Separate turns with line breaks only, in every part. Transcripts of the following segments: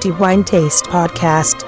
The Wine Taste Podcast.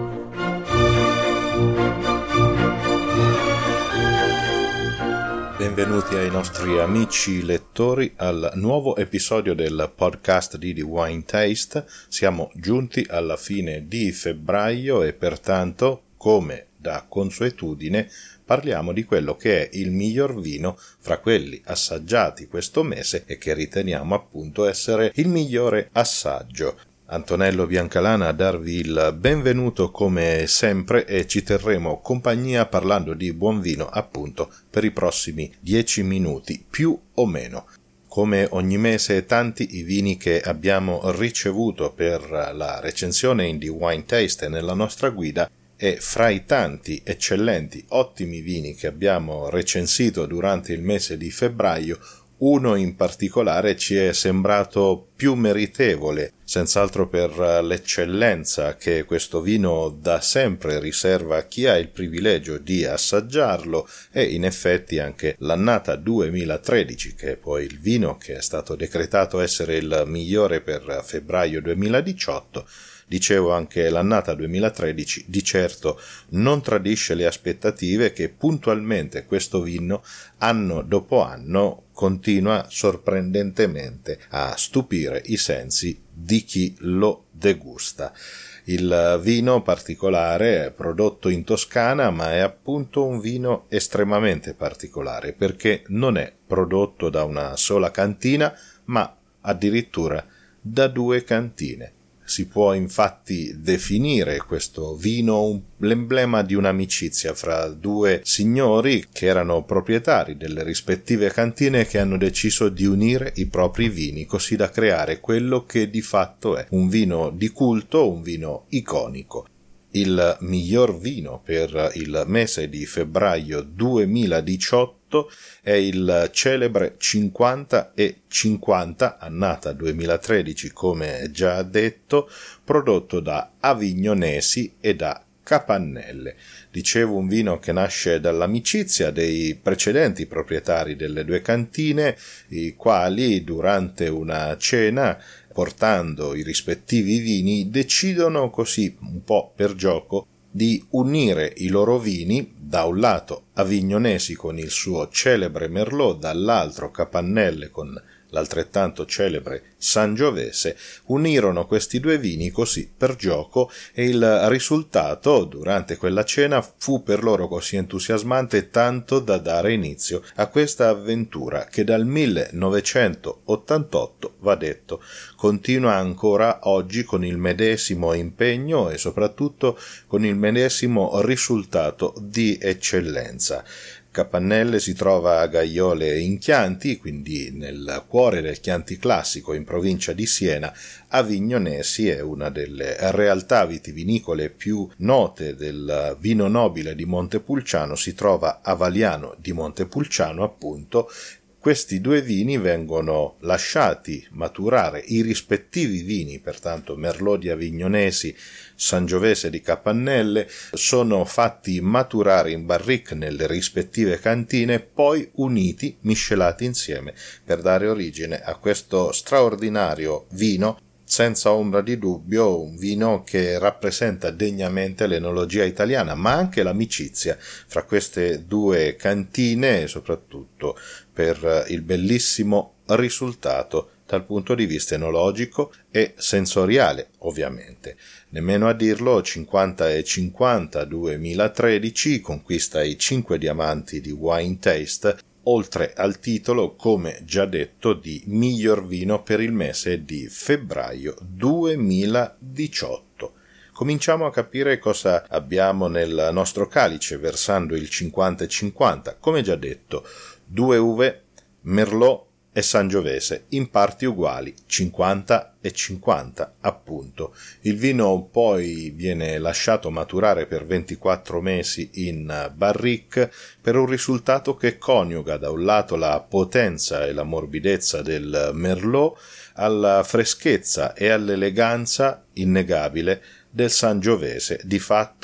Benvenuti ai nostri amici lettori al nuovo episodio del podcast di The Wine Taste. Siamo giunti alla fine di febbraio e pertanto, come da consuetudine, parliamo di quello che è il miglior vino fra quelli assaggiati questo mese e che riteniamo appunto essere il migliore assaggio. Antonello Biancalana a darvi il benvenuto come sempre e ci terremo compagnia parlando di buon vino appunto per i prossimi 10 minuti più o meno. Come ogni mese tanti i vini che abbiamo ricevuto per la recensione in The Wine Taste e nella nostra guida, e fra i tanti eccellenti ottimi vini che abbiamo recensito durante il mese di febbraio, uno in particolare ci è sembrato più meritevole, senz'altro per l'eccellenza che questo vino da sempre riserva a chi ha il privilegio di assaggiarlo, e in effetti anche l'annata 2013, che è poi il vino che è stato decretato essere il migliore per febbraio 2018, dicevo anche l'annata 2013 di certo non tradisce le aspettative che puntualmente questo vino anno dopo anno continua sorprendentemente a stupire i sensi di chi lo degusta. Il vino particolare è prodotto in Toscana, ma è appunto un vino estremamente particolare perché non è prodotto da una sola cantina, ma addirittura da due cantine. Si può infatti definire questo vino l'emblema di un'amicizia fra due signori che erano proprietari delle rispettive cantine che hanno deciso di unire i propri vini così da creare quello che di fatto è un vino di culto, un vino iconico. Il miglior vino per il mese di febbraio 2018 è il celebre 50 e 50, annata 2013 come già detto, prodotto da Avignonesi e da Capannelle. Dicevo, un vino che nasce dall'amicizia dei precedenti proprietari delle due cantine, i quali durante una cena, portando i rispettivi vini, decidono così un po' per gioco di unire i loro vini, da un lato Avignonesi con il suo celebre Merlot, dall'altro Capannelle con l'altrettanto celebre Sangiovese. Unirono questi due vini così per gioco e il risultato durante quella cena fu per loro così entusiasmante tanto da dare inizio a questa avventura che dal 1988, va detto, continua ancora oggi con il medesimo impegno e soprattutto con il medesimo risultato di eccellenza. Capannelle si trova a Gaiole in Chianti, quindi nel cuore del Chianti classico in provincia di Siena. Avignonesi è una delle realtà vitivinicole più note del vino nobile di Montepulciano, si trova a Valiano di Montepulciano appunto. Questi due vini vengono lasciati maturare, i rispettivi vini, pertanto Merlot di Avignonesi, Sangiovese di Capannelle, sono fatti maturare in barrique nelle rispettive cantine, poi uniti, miscelati insieme per dare origine a questo straordinario vino. Senza ombra di dubbio un vino che rappresenta degnamente l'enologia italiana, ma anche l'amicizia fra queste due cantine e soprattutto per il bellissimo risultato dal punto di vista enologico e sensoriale, ovviamente. Nemmeno a dirlo, 50 e 50 2013 conquista i 5 diamanti di Wine Taste, oltre al titolo, come già detto, di miglior vino per il mese di febbraio 2018. Cominciamo a capire cosa abbiamo nel nostro calice versando il 50-50. Come già detto, due uve, Merlot e Sangiovese, in parti uguali, 50 e 50 appunto. Il vino poi viene lasciato maturare per 24 mesi in barrique per un risultato che coniuga da un lato la potenza e la morbidezza del Merlot alla freschezza e all'eleganza innegabile del Sangiovese, di fatto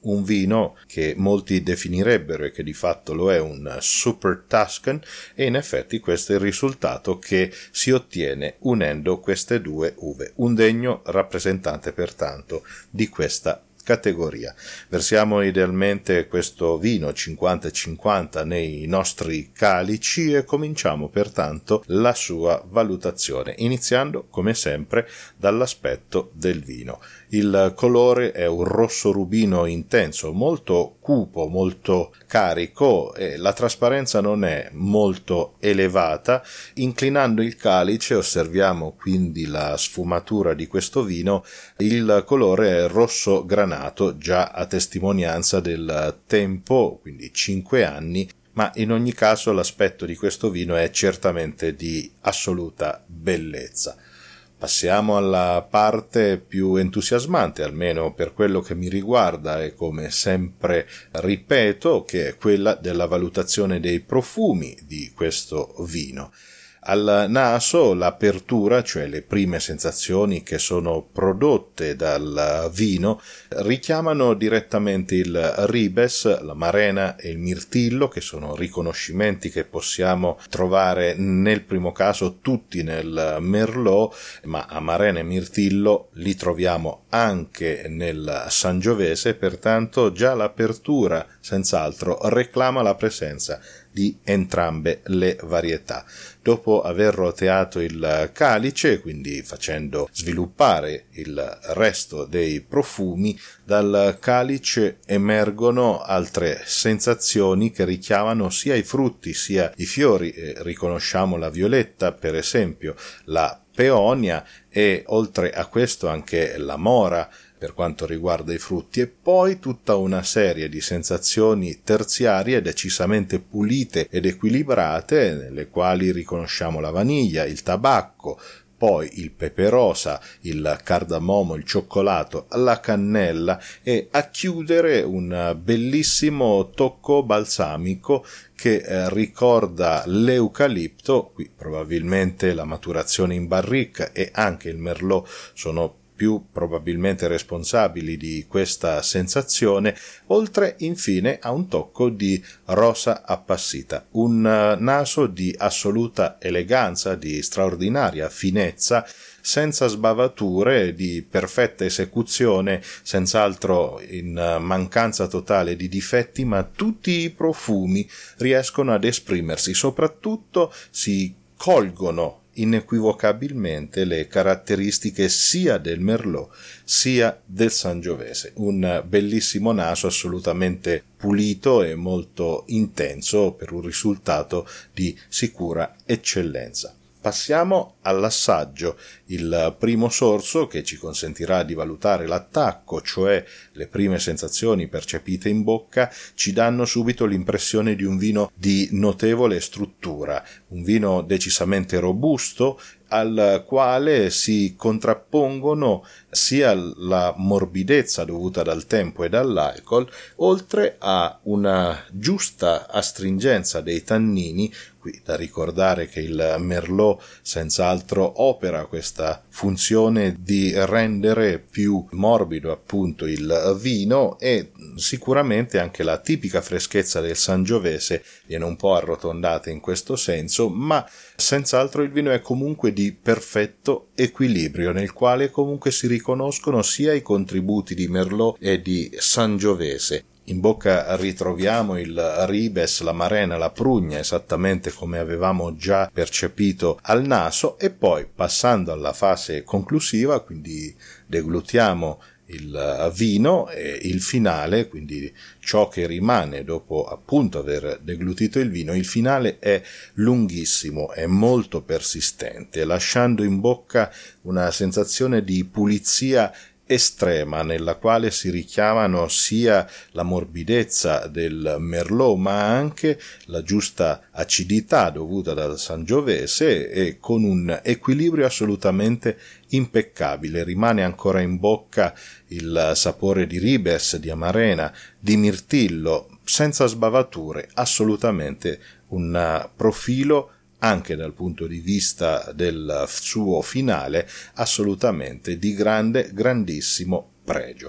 un vino che molti definirebbero, e che di fatto lo è, un Super Tuscan, e in effetti questo è il risultato che si ottiene unendo queste due uve, un degno rappresentante pertanto di questa categoria. Versiamo idealmente questo vino 50-50 nei nostri calici e cominciamo pertanto la sua valutazione, iniziando come sempre dall'aspetto del vino. Il colore è un rosso rubino intenso, molto cupo, molto carico, e la trasparenza non è molto elevata. Inclinando il calice osserviamo quindi la sfumatura di questo vino. Il colore è rosso granato, già a testimonianza del tempo, quindi 5 anni, ma in ogni caso l'aspetto di questo vino è certamente di assoluta bellezza. Passiamo alla parte più entusiasmante, almeno per quello che mi riguarda, e come sempre ripeto, che è quella della valutazione dei profumi di questo vino. Al naso l'apertura, cioè le prime sensazioni che sono prodotte dal vino, richiamano direttamente il ribes, l'amarena e il mirtillo, che sono riconoscimenti che possiamo trovare nel primo caso tutti nel merlot, ma amarena e mirtillo li troviamo anche nel sangiovese, pertanto già l'apertura senz'altro reclama la presenza di entrambe le varietà. Dopo aver roteato il calice, quindi facendo sviluppare il resto dei profumi, dal calice emergono altre sensazioni che richiamano sia i frutti sia i fiori. Riconosciamo la violetta, per esempio, la peonia, e oltre a questo anche la mora per quanto riguarda i frutti, e poi tutta una serie di sensazioni terziarie decisamente pulite ed equilibrate, nelle quali riconosciamo la vaniglia, il tabacco, poi il pepe rosa, il cardamomo, il cioccolato, la cannella, e a chiudere un bellissimo tocco balsamico che ricorda l'eucalipto. Qui probabilmente la maturazione in barrica e anche il merlot sono più probabilmente responsabili di questa sensazione, oltre infine a un tocco di rosa appassita, un naso di assoluta eleganza, di straordinaria finezza, senza sbavature, di perfetta esecuzione, senz'altro in mancanza totale di difetti, ma tutti i profumi riescono ad esprimersi, soprattutto si colgono inequivocabilmente le caratteristiche sia del merlot sia del sangiovese. Un bellissimo naso assolutamente pulito e molto intenso per un risultato di sicura eccellenza. Passiamo all'assaggio. Il primo sorso, che ci consentirà di valutare l'attacco, cioè le prime sensazioni percepite in bocca, ci danno subito l'impressione di un vino di notevole struttura, un vino decisamente robusto, al quale si contrappongono sia la morbidezza dovuta dal tempo e dall'alcol, oltre a una giusta astringenza dei tannini. Qui da ricordare che il merlot senz'altro opera questa funzione di rendere più morbido appunto il vino, e sicuramente anche la tipica freschezza del sangiovese viene un po' arrotondata in questo senso, ma senz'altro il vino è comunque di perfetto equilibrio, nel quale comunque si riconoscono sia i contributi di merlot e di sangiovese. In bocca ritroviamo il ribes, l'amarena, la prugna, esattamente come avevamo già percepito al naso, e poi passando alla fase conclusiva, quindi deglutiamo il vino, e il finale, quindi ciò che rimane dopo appunto aver deglutito il vino, il finale è lunghissimo, è molto persistente, lasciando in bocca una sensazione di pulizia estrema, nella quale si richiamano sia la morbidezza del merlot ma anche la giusta acidità dovuta dal sangiovese, e con un equilibrio assolutamente impeccabile. Rimane ancora in bocca il sapore di ribes, di amarena, di mirtillo, senza sbavature, assolutamente un profilo anche dal punto di vista del suo finale assolutamente di grandissimo pregio.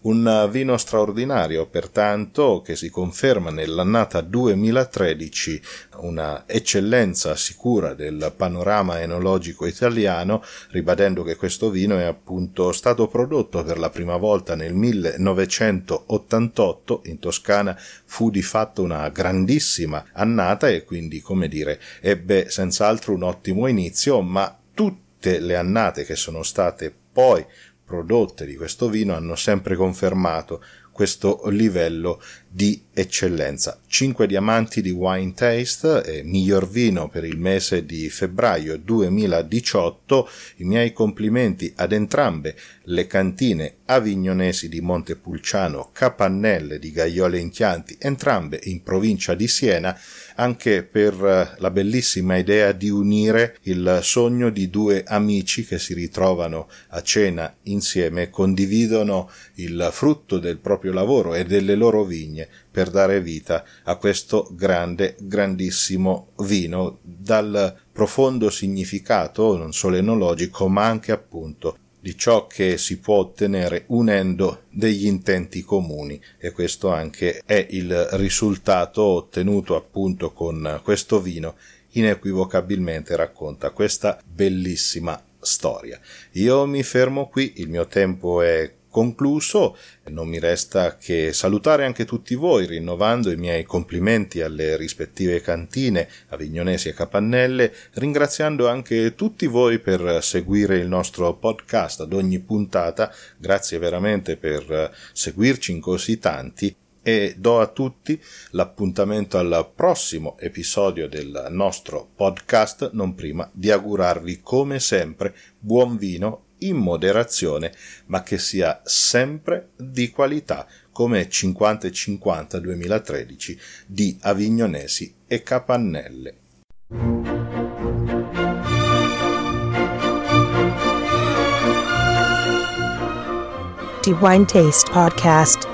Un vino straordinario, pertanto, che si conferma nell'annata 2013 una eccellenza sicura del panorama enologico italiano, ribadendo che questo vino è appunto stato prodotto per la prima volta nel 1988 in Toscana. Fu di fatto una grandissima annata e quindi, come dire, ebbe senz'altro un ottimo inizio, ma tutte le annate che sono state poi prodotte di questo vino hanno sempre confermato questo livello di eccellenza. 5 diamanti di Wine Taste, miglior vino per il mese di febbraio 2018. I miei complimenti ad entrambe le cantine avignonesi di Montepulciano, Capannelle di Gaiole in Chianti, entrambe in provincia di Siena, anche per la bellissima idea di unire il sogno di due amici che si ritrovano a cena insieme, condividono il frutto del proprio lavoro e delle loro vigne per dare vita a questo grandissimo vino, dal profondo significato non solo enologico ma anche appunto di ciò che si può ottenere unendo degli intenti comuni, e questo anche è il risultato ottenuto appunto con questo vino. Inequivocabilmente racconta questa bellissima storia. Io mi fermo qui, il mio tempo è concluso, non mi resta che salutare anche tutti voi, rinnovando i miei complimenti alle rispettive cantine avignonesi e Capannelle, ringraziando anche tutti voi per seguire il nostro podcast ad ogni puntata. Grazie veramente per seguirci in così tanti, e do a tutti l'appuntamento al prossimo episodio del nostro podcast, non prima di augurarvi come sempre buon vino in moderazione, ma che sia sempre di qualità, come 50/50 2013 di avignonesi e Capannelle.
The Wine Taste Podcast.